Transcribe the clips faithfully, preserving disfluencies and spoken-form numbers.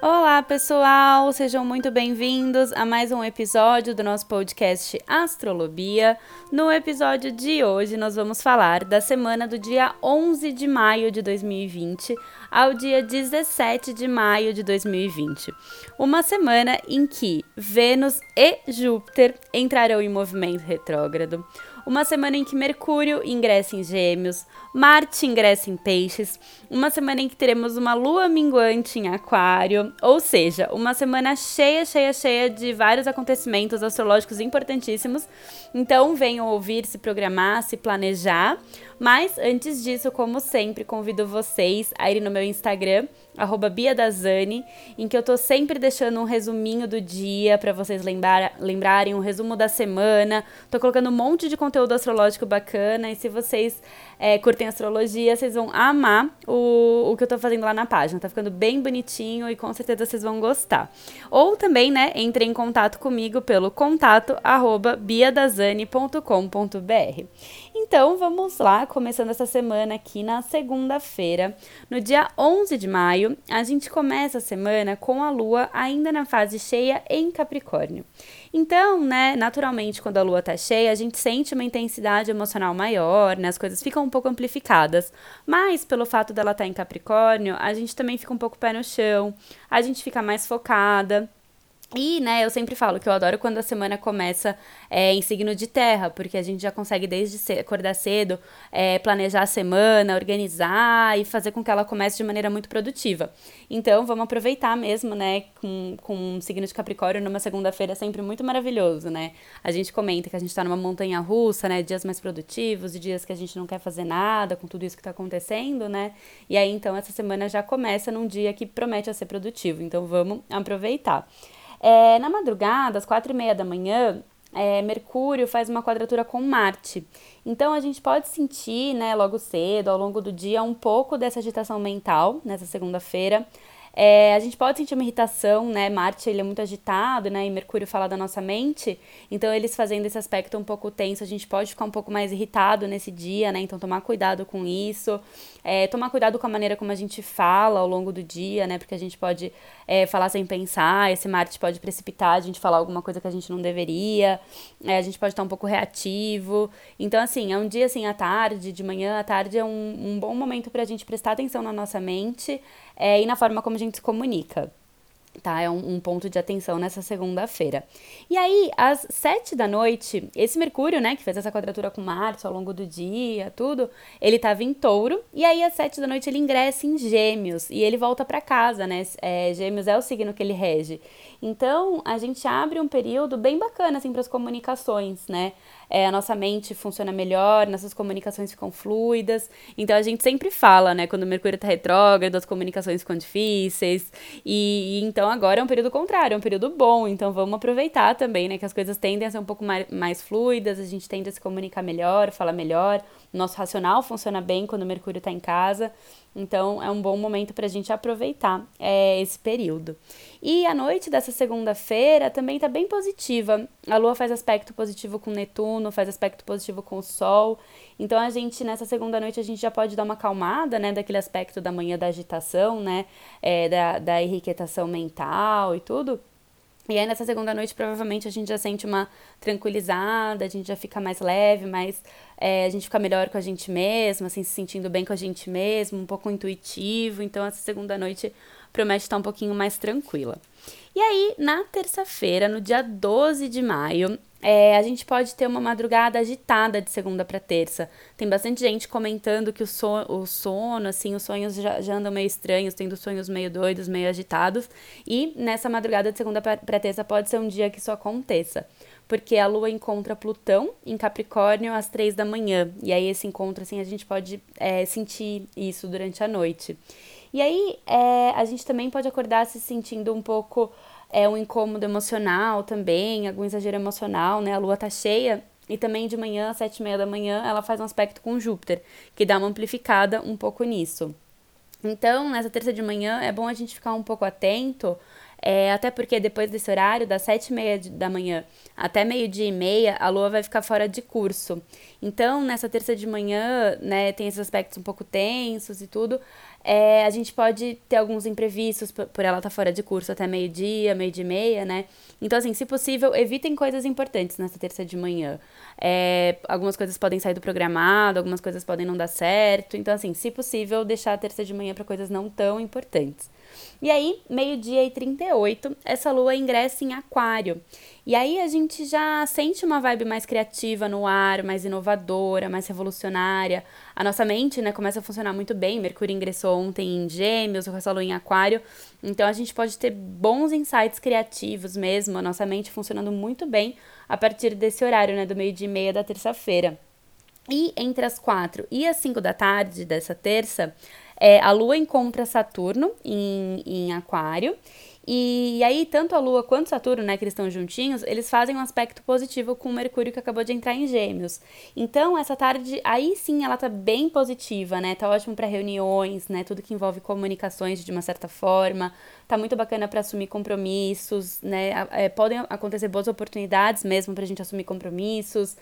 Olá, pessoal! Sejam muito bem-vindos a mais um episódio do nosso podcast Astrolobia. No episódio de hoje, nós vamos falar da semana do dia onze de maio de dois mil e vinte ao dia dezessete de maio de dois mil e vinte. Uma semana em que Vênus e Júpiter entrarão em movimento retrógrado. Uma semana em que Mercúrio ingressa em Gêmeos, Marte ingressa em Peixes, uma semana em que teremos uma lua minguante em Aquário, ou seja, uma semana cheia, cheia, cheia de vários acontecimentos astrológicos importantíssimos. Então venham ouvir, se programar, se planejar. Mas antes disso, como sempre, convido vocês a irem no meu Instagram, arroba Bia Dazani, em que eu tô sempre deixando um resuminho do dia para vocês lembrar, lembrarem, um resumo da semana. Tô colocando um monte de conteúdo astrológico bacana e se vocês é, curtem astrologia, vocês vão amar o, o que eu tô fazendo lá na página. Tá ficando bem bonitinho e com certeza vocês vão gostar. Ou também, né, entrem em contato comigo pelo contato arroba biadazani ponto com ponto br. Então, vamos lá, começando essa semana aqui na segunda-feira, no dia onze de maio, a gente começa a semana com a Lua ainda na fase cheia em Capricórnio. Então, né, naturalmente, quando a Lua tá cheia, a gente sente uma intensidade emocional maior, né, as coisas ficam um pouco amplificadas, mas pelo fato dela estar em Capricórnio, a gente também fica um pouco pé no chão, a gente fica mais focada. E, né, eu sempre falo que eu adoro quando a semana começa é, em signo de terra, porque a gente já consegue desde ce- acordar cedo, é, planejar a semana, organizar e fazer com que ela comece de maneira muito produtiva. Então, vamos aproveitar mesmo, né, com, com um signo de Capricórnio numa segunda-feira é sempre muito maravilhoso, né? A gente comenta que a gente tá numa montanha russa, né, dias mais produtivos e dias que a gente não quer fazer nada com tudo isso que tá acontecendo, né? E aí, então, essa semana já começa num dia que promete a ser produtivo, então vamos aproveitar. É, na madrugada, às quatro e meia da manhã, é, Mercúrio faz uma quadratura com Marte. Então, a gente pode sentir, né, logo cedo, ao longo do dia, um pouco dessa agitação mental, nessa segunda-feira. É, a gente pode sentir uma irritação, né? Marte, ele é muito agitado, né? E Mercúrio fala da nossa mente. Então, eles fazendo esse aspecto um pouco tenso, a gente pode ficar um pouco mais irritado nesse dia, né? Então, tomar cuidado com isso. É, tomar cuidado com a maneira como a gente fala ao longo do dia, né? Porque a gente pode é, falar sem pensar, esse Marte pode precipitar a gente falar alguma coisa que a gente não deveria. É, a gente pode estar um pouco reativo. Então, assim, é um dia, assim, à tarde, de manhã à tarde, é um, um bom momento pra gente prestar atenção na nossa mente, é, e na forma como a gente se comunica. Tá, é um, um ponto de atenção nessa segunda-feira. E aí, às sete da noite, esse Mercúrio, né, que fez essa quadratura com Marte ao longo do dia, tudo, ele tava em Touro, e aí às sete da noite ele ingressa em Gêmeos, e ele volta para casa, né, é, Gêmeos é o signo que ele rege. Então, a gente abre um período bem bacana, assim, para as comunicações, né, é, a nossa mente funciona melhor, nossas comunicações ficam fluidas, então a gente sempre fala, né, quando o Mercúrio tá retrógrado, as comunicações ficam difíceis, e, e então agora é um período contrário, é um período bom, então vamos aproveitar também, né, que as coisas tendem a ser um pouco mais, mais fluidas, a gente tende a se comunicar melhor, falar melhor, nosso racional funciona bem quando o Mercúrio tá em casa, então é um bom momento pra gente aproveitar é, esse período. E a noite dessa segunda-feira também tá bem positiva. A Lua faz aspecto positivo com Netuno, faz aspecto positivo com o Sol. Então a gente, nessa segunda noite, a gente já pode dar uma acalmada, né, daquele aspecto da manhã da agitação, né, é, da, da irrequietação mental e tudo. E aí, nessa segunda noite, provavelmente a gente já sente uma tranquilizada, a gente já fica mais leve, mais, é, a gente fica melhor com a gente mesmo, assim, se sentindo bem com a gente mesmo, um pouco intuitivo. Então, essa segunda noite promete estar um pouquinho mais tranquila. E aí, na terça-feira, no dia doze de maio, é, a gente pode ter uma madrugada agitada de segunda para terça. Tem bastante gente comentando que o, so o sono, assim, os sonhos já, já andam meio estranhos, tendo sonhos meio doidos, meio agitados. E nessa madrugada de segunda para terça pode ser um dia que isso aconteça. Porque a Lua encontra Plutão em Capricórnio às três da manhã. E aí esse encontro, assim, a gente pode é, sentir isso durante a noite. E aí, é, a gente também pode acordar se sentindo um pouco é, um incômodo emocional também, algum exagero emocional, né? A Lua tá cheia e também de manhã, às sete e meia da manhã, ela faz um aspecto com Júpiter, que dá uma amplificada um pouco nisso. Então, nessa terça de manhã, é bom a gente ficar um pouco atento É, até porque depois desse horário, das sete e meia de- da manhã até meio-dia e meia, a Lua vai ficar fora de curso. Então, nessa terça de manhã, né, tem esses aspectos um pouco tensos e tudo. É, a gente pode ter alguns imprevistos por, por ela estar fora de curso até meio-dia, meio-dia e meia, né? Então, assim, se possível, evitem coisas importantes nessa terça de manhã. É, algumas coisas podem sair do programado, algumas coisas podem não dar certo. Então, assim, se possível, deixar a terça de manhã para coisas não tão importantes. E aí, meio-dia e trinta e oito, essa lua ingressa em Aquário. E aí a gente já sente uma vibe mais criativa no ar, mais inovadora, mais revolucionária. A nossa mente, né, começa a funcionar muito bem. Mercúrio ingressou ontem em Gêmeos, com essa lua em Aquário. Então a gente pode ter bons insights criativos mesmo, a nossa mente funcionando muito bem a partir desse horário, né, do meio-dia e meia da terça-feira. E entre as quatro e as cinco da tarde dessa terça, é, a Lua encontra Saturno em, em Aquário. E, e aí, tanto a Lua quanto Saturno, né, que eles estão juntinhos, eles fazem um aspecto positivo com o Mercúrio que acabou de entrar em Gêmeos. Então, essa tarde, aí sim, ela tá bem positiva, né? Tá ótimo para reuniões, né? Tudo que envolve comunicações de uma certa forma. Tá muito bacana para assumir compromissos, né? É, podem acontecer boas oportunidades mesmo pra gente assumir compromissos.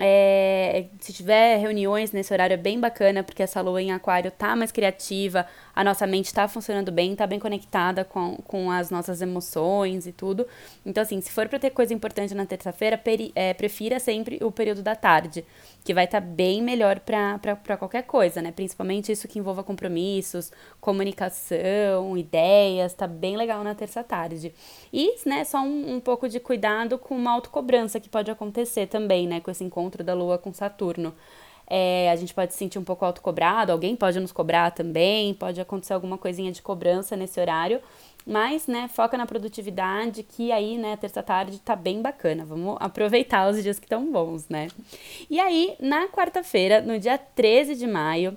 É, se tiver reuniões nesse horário é bem bacana, porque essa lua em Aquário tá mais criativa, a nossa mente tá funcionando bem, tá bem conectada com, com as nossas emoções e tudo. Então, assim, se for pra ter coisa importante na terça-feira, peri- é, prefira sempre o período da tarde, que vai estar tá bem melhor pra, pra, pra qualquer coisa, né? Principalmente isso que envolva compromissos, comunicação, ideias, tá bem legal na terça-tarde. E, né, só um, um pouco de cuidado com uma autocobrança que pode acontecer também, né, com esse encontro da Lua com Saturno. É, a gente pode se sentir um pouco autocobrado, alguém pode nos cobrar também, pode acontecer alguma coisinha de cobrança nesse horário, mas, né, foca na produtividade, que aí, né, terça-tarde tá bem bacana. Vamos aproveitar os dias que estão bons, né? E aí, na quarta-feira, no dia treze de maio,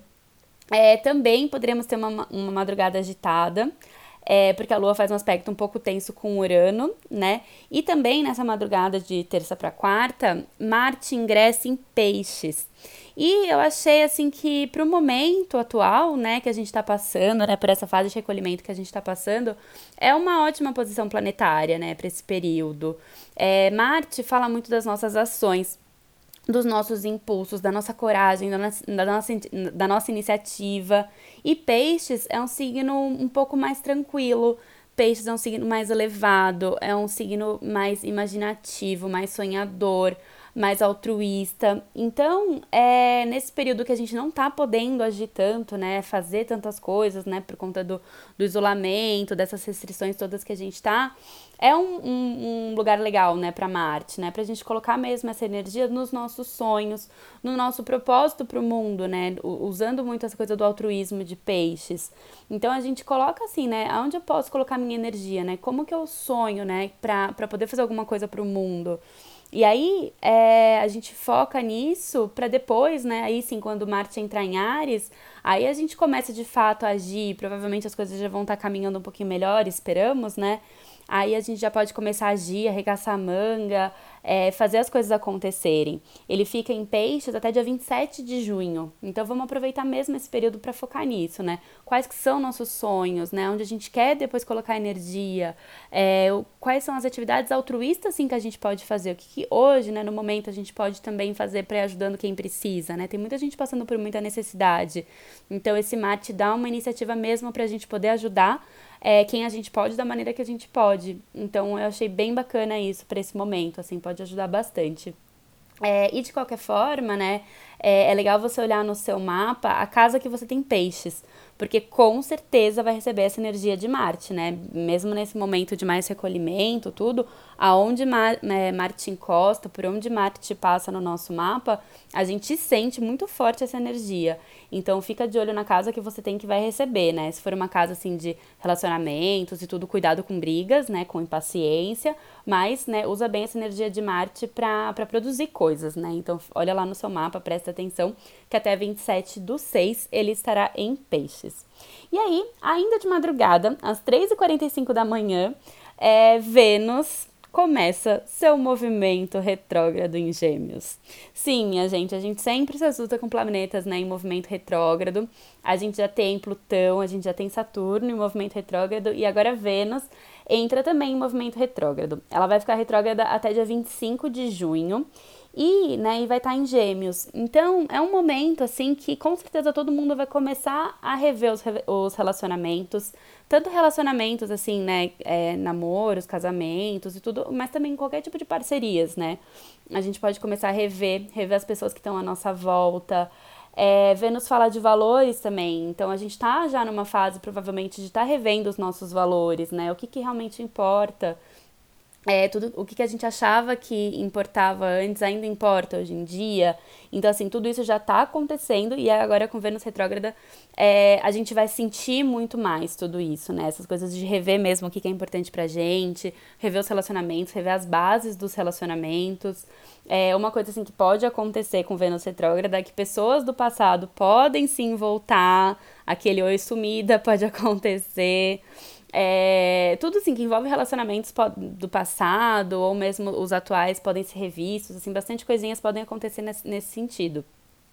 é, também poderíamos ter uma, uma madrugada agitada, é, porque a Lua faz um aspecto um pouco tenso com Urano, né? E também nessa madrugada de terça para quarta, Marte ingressa em Peixes. E eu achei assim que pro momento atual, né, que a gente tá passando, né, por essa fase de recolhimento que a gente tá passando, é uma ótima posição planetária, né, para esse período. É, Marte fala muito das nossas ações, dos nossos impulsos, da nossa coragem, da nossa, da nossa, da nossa iniciativa. E Peixes é um signo um pouco mais tranquilo. Peixes é um signo mais elevado, é um signo mais imaginativo, mais sonhador, mais altruísta. Então, é nesse período que a gente não tá podendo agir tanto, né, fazer tantas coisas, né, por conta do, do isolamento, dessas restrições todas que a gente tá, é um, um, um lugar legal, né, para Marte, né, pra gente colocar mesmo essa energia nos nossos sonhos, no nosso propósito pro mundo, né, usando muito essa coisa do altruísmo de Peixes. Então a gente coloca assim, né, aonde eu posso colocar minha energia, né, como que eu sonho, né, pra, pra poder fazer alguma coisa pro mundo. E aí é, a gente foca nisso para depois, né? Aí sim, quando Marte entrar em Áries, aí a gente começa de fato a agir. Provavelmente as coisas já vão estar caminhando um pouquinho melhor, esperamos, né? Aí a gente já pode começar a agir, arregaçar a manga, é, fazer as coisas acontecerem. Ele fica em Peixes até dia vinte e sete de junho. Então vamos aproveitar mesmo esse período para focar nisso, né? Quais que são nossos sonhos, né? Onde a gente quer depois colocar energia, é, quais são as atividades altruístas assim, que a gente pode fazer, o que, que hoje, né, no momento, a gente pode também fazer para ir ajudando quem precisa, né? Tem muita gente passando por muita necessidade. Então esse Marte dá uma iniciativa mesmo para a gente poder ajudar é, quem a gente pode da maneira que a gente pode. Então eu achei bem bacana isso para esse momento, assim, pode ajudar bastante. É, e de qualquer forma, né, é, é legal você olhar no seu mapa a casa que você tem peixes, porque com certeza vai receber essa energia de Marte, né, mesmo nesse momento de mais recolhimento, tudo, aonde Mar, é, Marte encosta, por onde Marte passa no nosso mapa, a gente sente muito forte essa energia. Então fica de olho na casa que você tem que vai receber, né, se for uma casa assim de relacionamentos e tudo, cuidado com brigas, né, com impaciência, mas, né, usa bem essa energia de Marte para para produzir coisas, né? Então, olha lá no seu mapa, presta atenção que até vinte e sete do seis ele estará em Peixes. E aí, ainda de madrugada, às três e quarenta e cinco da manhã, é, Vênus começa seu movimento retrógrado em Gêmeos. Sim, minha gente, a gente sempre se assusta com planetas, né, em movimento retrógrado. A gente já tem Plutão, a gente já tem Saturno em movimento retrógrado e agora Vênus entra também em movimento retrógrado. Ela vai ficar retrógrada até dia vinte e cinco de junho. E, né, e vai estar em Gêmeos. Então, é um momento, assim, que com certeza todo mundo vai começar a rever os, os relacionamentos. Tanto relacionamentos, assim, né, é, namoros, casamentos e tudo, mas também qualquer tipo de parcerias, né? A gente pode começar a rever, rever as pessoas que estão à nossa volta. É, Vênus fala de valores também, então a gente tá já numa fase, provavelmente, de estar tá revendo os nossos valores, né? O que que realmente importa. É, tudo o que, que a gente achava que importava antes ainda importa hoje em dia. Então, assim, tudo isso já tá acontecendo e agora com Vênus retrógrada é, a gente vai sentir muito mais tudo isso, né? Essas coisas de rever mesmo o que, que é importante pra gente, rever os relacionamentos, rever as bases dos relacionamentos. É uma coisa, assim, que pode acontecer com Vênus retrógrada é que pessoas do passado podem sim voltar, aquele oi sumida pode acontecer. É, tudo assim que envolve relacionamentos do passado ou mesmo os atuais podem ser revistos, assim, bastante coisinhas podem acontecer nesse, nesse sentido.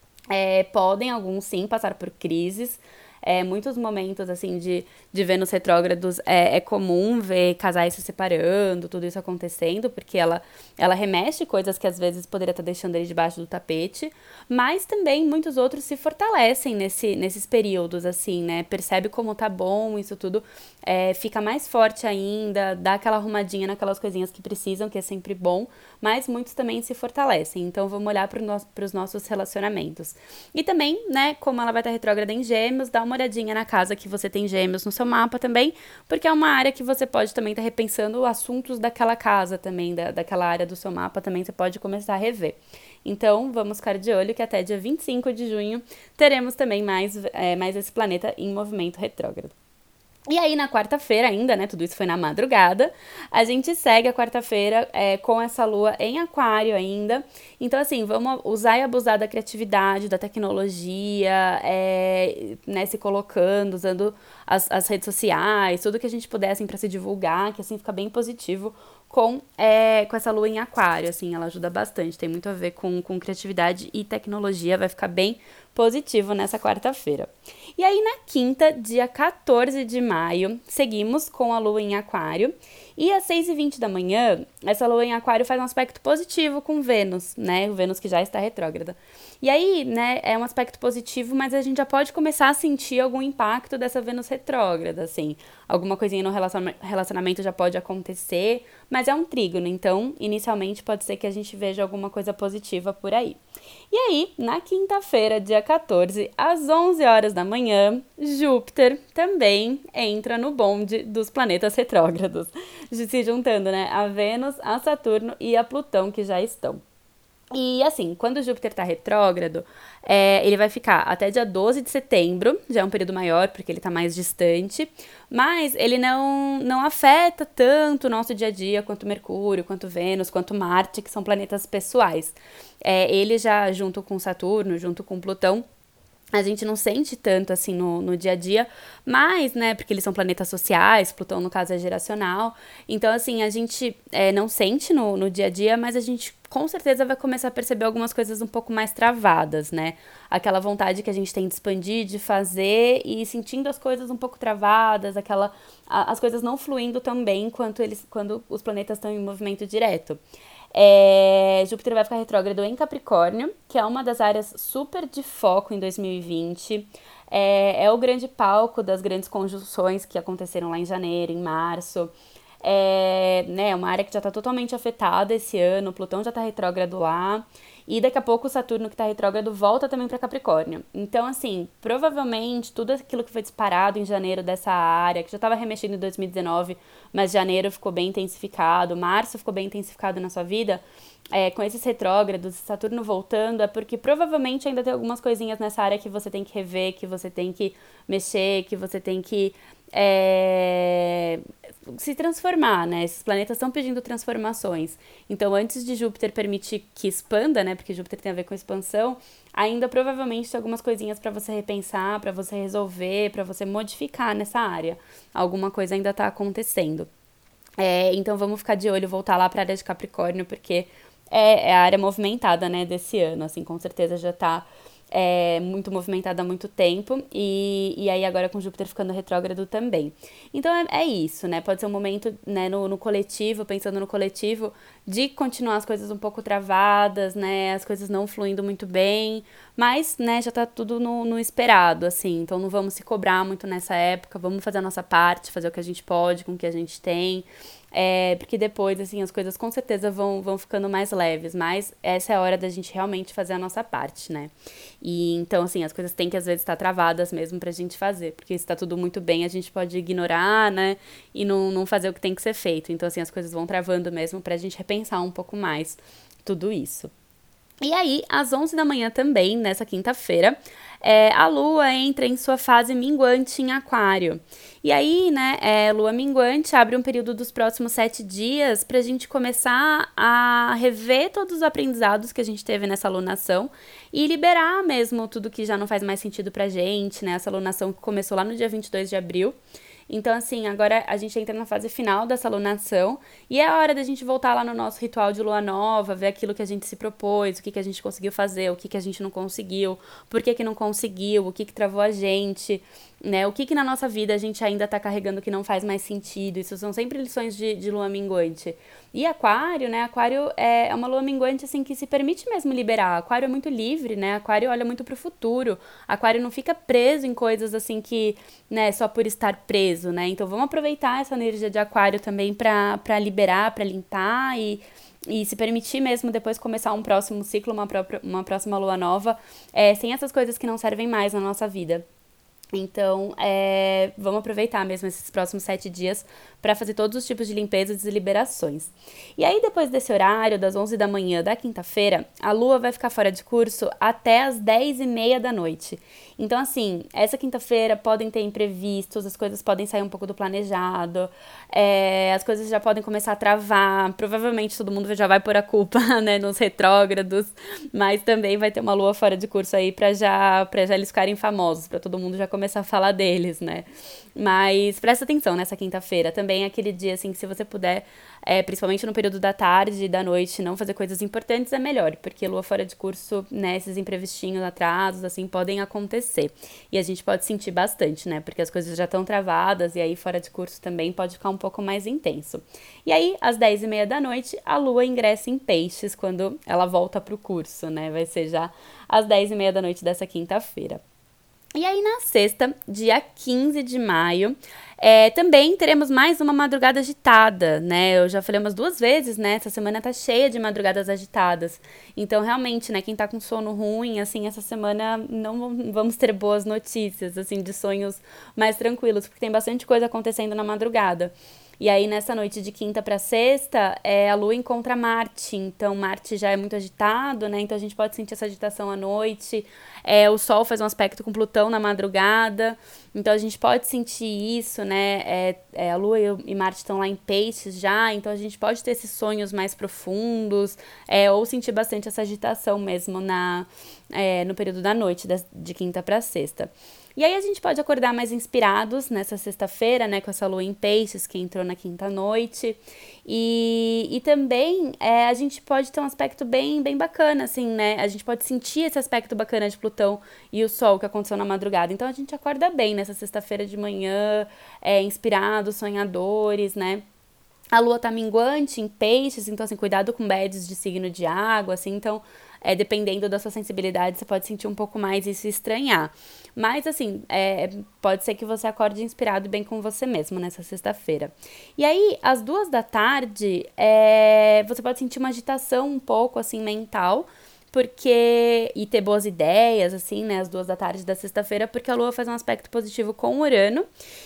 É, podem alguns sim passar por crises. É, muitos momentos assim de, de Vênus retrógrados é, é comum ver casais se separando, tudo isso acontecendo, porque ela, ela remexe coisas que às vezes poderia estar deixando ele debaixo do tapete, mas também muitos outros se fortalecem nesse, nesses períodos, assim, né? Percebe como tá bom isso tudo, é, fica mais forte ainda, dá aquela arrumadinha naquelas coisinhas que precisam, que é sempre bom, mas muitos também se fortalecem. Então vamos olhar para no, os nossos relacionamentos. E também, né, como ela vai estar retrógrada em Gêmeos, dá uma olhadinha na casa que você tem Gêmeos no seu mapa também, porque é uma área que você pode também estar repensando assuntos daquela casa também, da, daquela área do seu mapa também você pode começar a rever. Então, vamos ficar de olho que até dia vinte e cinco de junho teremos também mais, é, mais esse planeta em movimento retrógrado. E aí, na quarta-feira ainda, né, tudo isso foi na madrugada, a gente segue a quarta-feira é, com essa lua em aquário ainda. Então, assim, vamos usar e abusar da criatividade, da tecnologia, é, né, se colocando, usando as, as redes sociais, tudo que a gente puder, assim, pra se divulgar, que assim fica bem positivo com, é, com essa lua em aquário, assim, ela ajuda bastante, tem muito a ver com, com criatividade e tecnologia, vai ficar bem positivo nessa quarta-feira. E aí, na quinta, dia quatorze de maio, seguimos com a lua em aquário, e às seis e vinte da manhã, essa lua em aquário faz um aspecto positivo com Vênus, né, o Vênus que já está retrógrada. E aí, né, é um aspecto positivo, mas a gente já pode começar a sentir algum impacto dessa Vênus retrógrada, assim, alguma coisinha no relacionamento já pode acontecer, mas é um trígono, então, inicialmente pode ser que a gente veja alguma coisa positiva por aí. E aí, na quinta-feira, dia quatorze, às onze horas da manhã, Júpiter também entra no bonde dos planetas retrógrados, se juntando, né, a Vênus, a Saturno e a Plutão, que já estão. E assim, quando o Júpiter tá retrógrado, é, ele vai ficar até dia doze de setembro, já é um período maior, porque ele tá mais distante, mas ele não, não afeta tanto o nosso dia a dia quanto Mercúrio, quanto Vênus, quanto Marte, que são planetas pessoais. É, ele já, junto com Saturno, junto com Plutão, a gente não sente tanto, assim, no, no dia a dia, mas, né, porque eles são planetas sociais, Plutão, no caso, é geracional, então, assim, a gente é, não sente no, no dia a dia, mas a gente, com certeza, vai começar a perceber algumas coisas um pouco mais travadas, né, aquela vontade que a gente tem de expandir, de fazer, e sentindo as coisas um pouco travadas, aquela, a, as coisas não fluindo tão bem quanto eles, quando os planetas estão em movimento direto. É, Júpiter vai ficar retrógrado em Capricórnio, que é uma das áreas super de foco em dois mil e vinte. É, é o grande palco das grandes conjunções que aconteceram lá em janeiro, em março. É, né, uma área que já está totalmente afetada esse ano, Plutão já está retrógrado lá. E daqui a pouco o Saturno, que está retrógrado, volta também para Capricórnio. Então, assim, provavelmente tudo aquilo que foi disparado em janeiro dessa área, que já estava remexido em dois mil e dezenove, mas janeiro ficou bem intensificado, março ficou bem intensificado na sua vida, é, com esses retrógrados, Saturno voltando, é porque provavelmente ainda tem algumas coisinhas nessa área que você tem que rever, que você tem que mexer, que você tem que é, se transformar, né? Esses planetas estão pedindo transformações. Então, antes de Júpiter permitir que expanda, né? Porque Júpiter tem a ver com expansão, ainda provavelmente tem algumas coisinhas para você repensar, para você resolver, para você modificar nessa área. Alguma coisa ainda está acontecendo. É, então, vamos ficar de olho, voltar lá para a área de Capricórnio, porque é, é a área movimentada, né, desse ano, assim, com certeza já está é, muito movimentada há muito tempo, e, e aí agora com Júpiter ficando retrógrado também. Então é, é isso, né? Pode ser um momento, né, no, no coletivo, pensando no coletivo, de continuar as coisas um pouco travadas, né? As coisas não fluindo muito bem, mas, né, já tá tudo no, no esperado, assim. Então não vamos se cobrar muito nessa época, vamos fazer a nossa parte, fazer o que a gente pode com o que a gente tem. É, porque depois, assim, as coisas com certeza vão, vão ficando mais leves, mas essa é a hora da gente realmente fazer a nossa parte, né? E então, assim, as coisas têm que às vezes estar travadas mesmo pra gente fazer, porque se tá tudo muito bem, a gente pode ignorar, né? E não, não fazer o que tem que ser feito. Então, assim, as coisas vão travando mesmo pra gente repensar um pouco mais tudo isso. E aí, às onze da manhã também, nessa quinta-feira, é, a Lua entra em sua fase minguante em Aquário. E aí, né, é, Lua minguante abre um período dos próximos sete dias pra gente começar a rever todos os aprendizados que a gente teve nessa alunação e liberar mesmo tudo que já não faz mais sentido pra gente, né? Essa alunação que começou lá no dia vinte e dois de abril. Então, assim, agora a gente entra na fase final dessa alunação e é a hora da gente voltar lá no nosso ritual de lua nova, ver aquilo que a gente se propôs, o que, que a gente conseguiu fazer, o que, que a gente não conseguiu, por que, que não conseguiu, o que, que travou a gente, né? O que, que na nossa vida a gente ainda tá carregando que não faz mais sentido. Isso são sempre lições de, de lua minguante. E Aquário, né? Aquário é uma lua minguante, assim, que se permite mesmo liberar. Aquário é muito livre, né? Aquário olha muito pro futuro. Aquário não fica preso em coisas, assim, que, né, só por estar preso, né? Então vamos aproveitar essa energia de Aquário também pra, pra liberar, pra limpar e, e se permitir mesmo depois começar um próximo ciclo, uma, própria, uma próxima lua nova, é, sem essas coisas que não servem mais na nossa vida. Então, é, vamos aproveitar mesmo esses próximos sete dias para fazer todos os tipos de limpezas e liberações. E aí, depois desse horário, das onze da manhã da quinta-feira, a Lua vai ficar fora de curso até as dez e meia da noite. Então, assim, essa quinta-feira podem ter imprevistos, as coisas podem sair um pouco do planejado, é, as coisas já podem começar a travar, provavelmente todo mundo já vai pôr a culpa, né, nos retrógrados, mas também vai ter uma Lua fora de curso aí para já, pra já eles ficarem famosos, para todo mundo já começar a falar deles, né? Mas presta atenção nessa quinta-feira, também é aquele dia, assim, que se você puder, é, principalmente no período da tarde e da noite, não fazer coisas importantes é melhor, porque lua fora de curso, né, esses imprevistinhos, atrasos, assim, podem acontecer. E a gente pode sentir bastante, né, porque as coisas já estão travadas e aí fora de curso também pode ficar um pouco mais intenso. E aí, às dez e meia da noite, a Lua ingressa em Peixes, quando ela volta pro curso, né, vai ser já às dez e meia da noite dessa quinta-feira. E aí, na sexta, dia quinze de maio, é, também teremos mais uma madrugada agitada, né? Eu já falei umas duas vezes, né? Essa semana tá cheia de madrugadas agitadas. Então, realmente, né? Quem tá com sono ruim, assim, essa semana não vamos ter boas notícias, assim, de sonhos mais tranquilos, porque tem bastante coisa acontecendo na madrugada. E aí, nessa noite de quinta para sexta, é, a Lua encontra Marte. Então, Marte já é muito agitado, né? Então, a gente pode sentir essa agitação à noite. É, o Sol faz um aspecto com Plutão na madrugada. Então, a gente pode sentir isso, né? É, é, a Lua e Marte estão lá em Peixes já. Então, a gente pode ter esses sonhos mais profundos. É, ou sentir bastante essa agitação mesmo na, é, no período da noite, de quinta para sexta. E aí a gente pode acordar mais inspirados nessa sexta-feira, né, com essa lua em Peixes que entrou na quinta noite. E, e também é, a gente pode ter um aspecto bem, bem bacana, assim, né? A gente pode sentir esse aspecto bacana de Plutão e o Sol que aconteceu na madrugada. Então a gente acorda bem nessa sexta-feira de manhã, é, inspirados, sonhadores, né? A lua tá minguante em Peixes, então, assim, cuidado com bads de signo de água, assim, então, é, dependendo da sua sensibilidade, você pode sentir um pouco mais e se estranhar. Mas, assim, é, pode ser que você acorde inspirado e bem com você mesmo nessa sexta-feira. E aí, às duas da tarde, é, você pode sentir uma agitação um pouco, assim, mental, porque, e ter boas ideias, assim, né, às duas da tarde da sexta-feira, porque a Lua faz um aspecto positivo com Urano,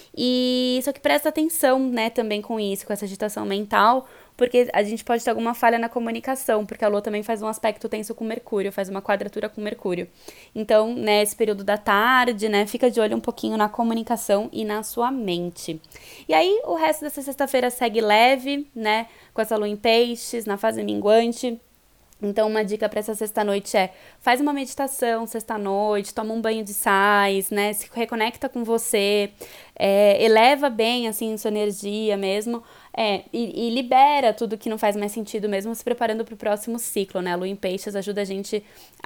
e só que presta atenção, né, também com isso, com essa agitação mental, porque a gente pode ter alguma falha na comunicação, porque a Lua também faz um aspecto tenso com Mercúrio, faz uma quadratura com Mercúrio. Então, né, esse período da tarde, né, fica de olho um pouquinho na comunicação e na sua mente. E aí, o resto dessa sexta-feira segue leve, né, com essa Lua em Peixes, na fase minguante. Então, uma dica para essa sexta-noite é: faz uma meditação sexta-noite, toma um banho de sais, né? Se reconecta com você, é, eleva bem, assim, sua energia mesmo, é, e, e libera tudo que não faz mais sentido mesmo, se preparando para o próximo ciclo, né? A lua em peixes ajuda a gente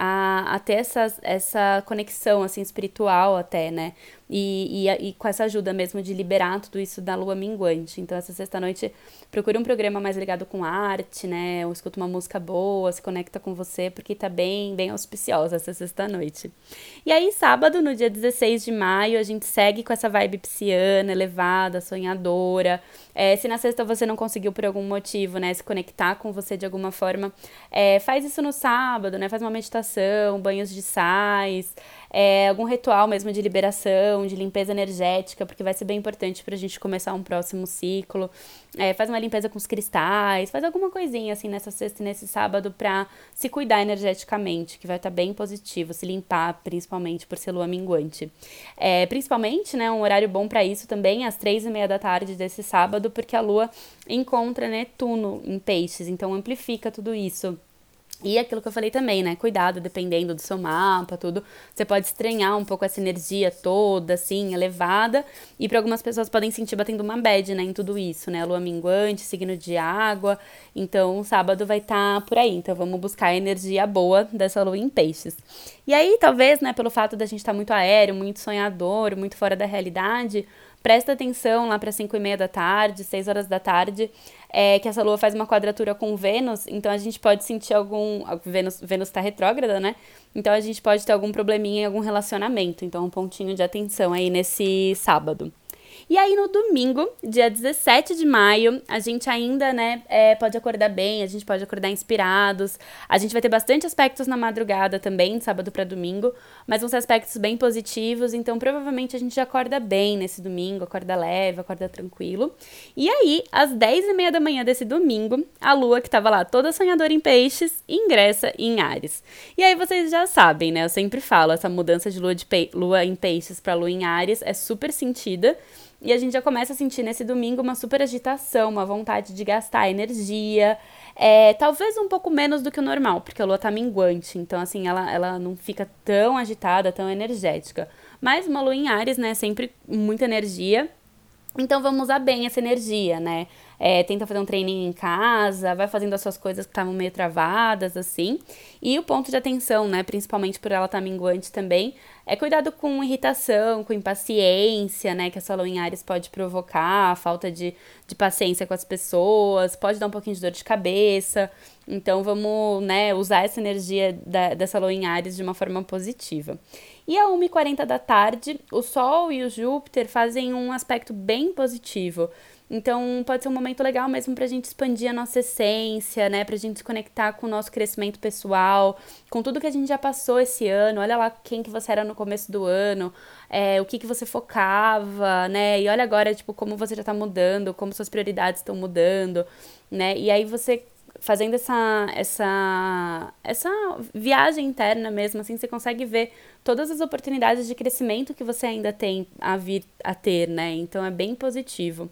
a, a ter essa, essa conexão, assim, espiritual até, né? E, e, e com essa ajuda mesmo de liberar tudo isso da lua minguante. Então, essa sexta-noite, procure um programa mais ligado com arte, né? Ou escuta uma música boa, se conecta com você, porque tá bem, bem auspiciosa essa sexta-noite. E aí, sábado, no dia dezesseis de maio, a gente segue com essa vibe pisciana, elevada, sonhadora. É, se na sexta você não conseguiu por algum motivo, né, se conectar com você de alguma forma, é, faz isso no sábado, né? Faz uma meditação, banhos de sais, é, algum ritual mesmo de liberação, de limpeza energética, porque vai ser bem importante pra gente começar um próximo ciclo. É, faz uma limpeza com os cristais, faz alguma coisinha assim nessa sexta e nesse sábado pra se cuidar energeticamente, que vai estar bem positivo, se limpar, principalmente por ser lua minguante. É, principalmente, né, um horário bom pra isso também, às três e meia da tarde desse sábado, porque a lua encontra Netuno em peixes, então amplifica tudo isso. E aquilo que eu falei também, né? Cuidado, dependendo do seu mapa, tudo. Você pode estranhar um pouco essa energia toda, assim, elevada. E para algumas pessoas podem sentir batendo uma bad, né? Em tudo isso, né? Lua minguante, signo de água. Então, o sábado vai estar tá por aí. Então, vamos buscar a energia boa dessa lua em peixes. E aí, talvez, né? Pelo fato da gente estar tá muito aéreo, muito sonhador, muito fora da realidade, presta atenção lá para cinco e meia da tarde, seis horas da tarde, é, que essa lua faz uma quadratura com Vênus, então a gente pode sentir algum... Vênus, Vênus tá retrógrada, né? Então a gente pode ter algum probleminha em algum relacionamento, então um pontinho de atenção aí nesse sábado. E aí no domingo, dia dezessete de maio, a gente ainda, né, é, pode acordar bem, a gente pode acordar inspirados. A gente vai ter bastante aspectos na madrugada também, de sábado para domingo, mas vão ser aspectos bem positivos, então provavelmente a gente já acorda bem nesse domingo, acorda leve, acorda tranquilo. E aí, às dez e meia da manhã desse domingo, a lua, que tava lá toda sonhadora em peixes, ingressa em Áries. E aí vocês já sabem, né, eu sempre falo, essa mudança de lua, de pe- lua em peixes para lua em Áries é super sentida. E a gente já começa a sentir nesse domingo uma super agitação, uma vontade de gastar energia, é, talvez um pouco menos do que o normal, porque a lua tá minguante, então assim, ela, ela não fica tão agitada, tão energética. Mas uma lua em Áries, né, sempre muita energia, então vamos usar bem essa energia, né? É, tenta fazer um treininho em casa, vai fazendo as suas coisas que estavam meio travadas, assim. E o ponto de atenção, né? Principalmente por ela estar minguante também, é cuidado com irritação, com impaciência, né? Que essa lua em Áries pode provocar, falta de, de paciência com as pessoas, pode dar um pouquinho de dor de cabeça. Então vamos, né, usar essa energia da, dessa lua em Áries de uma forma positiva. E a uma e quarenta da tarde, o Sol e o Júpiter fazem um aspecto bem positivo. Então, pode ser um momento legal mesmo pra gente expandir a nossa essência, né? Pra gente se conectar com o nosso crescimento pessoal, com tudo que a gente já passou esse ano. Olha lá quem que você era no começo do ano, é, o que que você focava, né? E olha agora, tipo, como você já tá mudando, como suas prioridades estão mudando, né? E aí você fazendo essa, essa, essa viagem interna mesmo, assim, você consegue ver todas as oportunidades de crescimento que você ainda tem a vir a ter, né? Então, é bem positivo.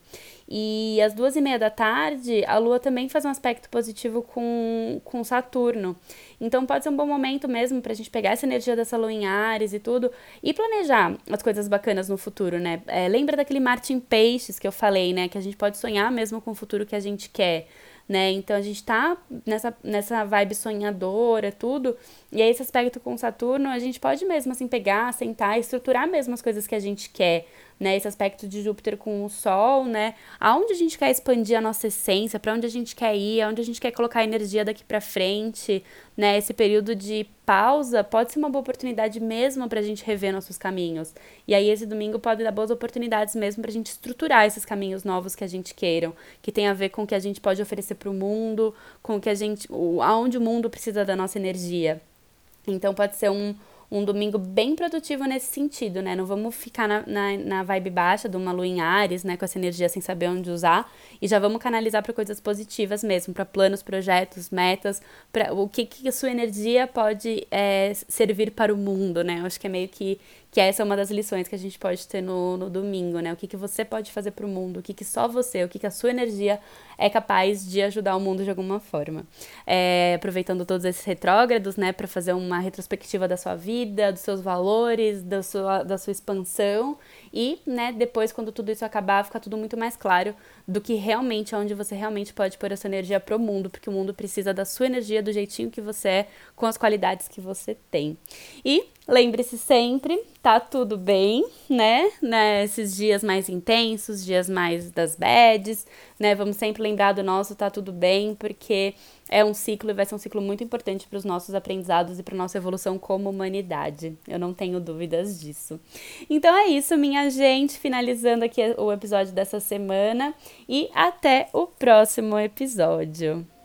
E às duas e meia da tarde, a Lua também faz um aspecto positivo com, com Saturno. Então, pode ser um bom momento mesmo pra gente pegar essa energia dessa Lua em Áries e tudo e planejar as coisas bacanas no futuro, né? É, lembra daquele Marte em Peixes que eu falei, né? Que a gente pode sonhar mesmo com o futuro que a gente quer, né? Então a gente tá nessa, nessa vibe sonhadora, tudo, e aí esse aspecto com Saturno, a gente pode mesmo assim pegar, sentar e estruturar mesmo as coisas que a gente quer, né? Esse aspecto de Júpiter com o Sol, né? Aonde a gente quer expandir a nossa essência, para onde a gente quer ir, aonde a gente quer colocar a energia daqui para frente, né? Esse período de pausa pode ser uma boa oportunidade mesmo pra gente rever nossos caminhos. E aí esse domingo pode dar boas oportunidades mesmo pra gente estruturar esses caminhos novos que a gente queiram, que tem a ver com o que a gente pode oferecer pro mundo, com o que a gente, o, aonde o mundo precisa da nossa energia. Então pode ser um, um domingo bem produtivo nesse sentido, né? Não vamos ficar na, na, na vibe baixa de uma lua em Áries, né? Com essa energia sem saber onde usar. E já vamos canalizar para coisas positivas mesmo, para planos, projetos, metas, para o que, que a sua energia pode é, servir para o mundo, né? Eu acho que é meio que, que essa é uma das lições que a gente pode ter no, no domingo, né? O que, que você pode fazer para o mundo, o que, que só você, o que, que a sua energia é capaz de ajudar o mundo de alguma forma. É, aproveitando todos esses retrógrados, né? Para fazer uma retrospectiva da sua vida, vida, dos seus valores, da sua, da sua expansão. E, né, depois, quando tudo isso acabar, fica tudo muito mais claro do que realmente, onde você realmente pode pôr a sua energia pro mundo, porque o mundo precisa da sua energia, do jeitinho que você é, com as qualidades que você tem. E lembre-se sempre, tá tudo bem, né, nesses dias mais intensos, dias mais das bads, né, vamos sempre lembrar do nosso tá tudo bem, porque é um ciclo e vai ser um ciclo muito importante para os nossos aprendizados e para nossa evolução como humanidade. Eu não tenho dúvidas disso. Então é isso, minha gente, finalizando aqui o episódio dessa semana e até o próximo episódio.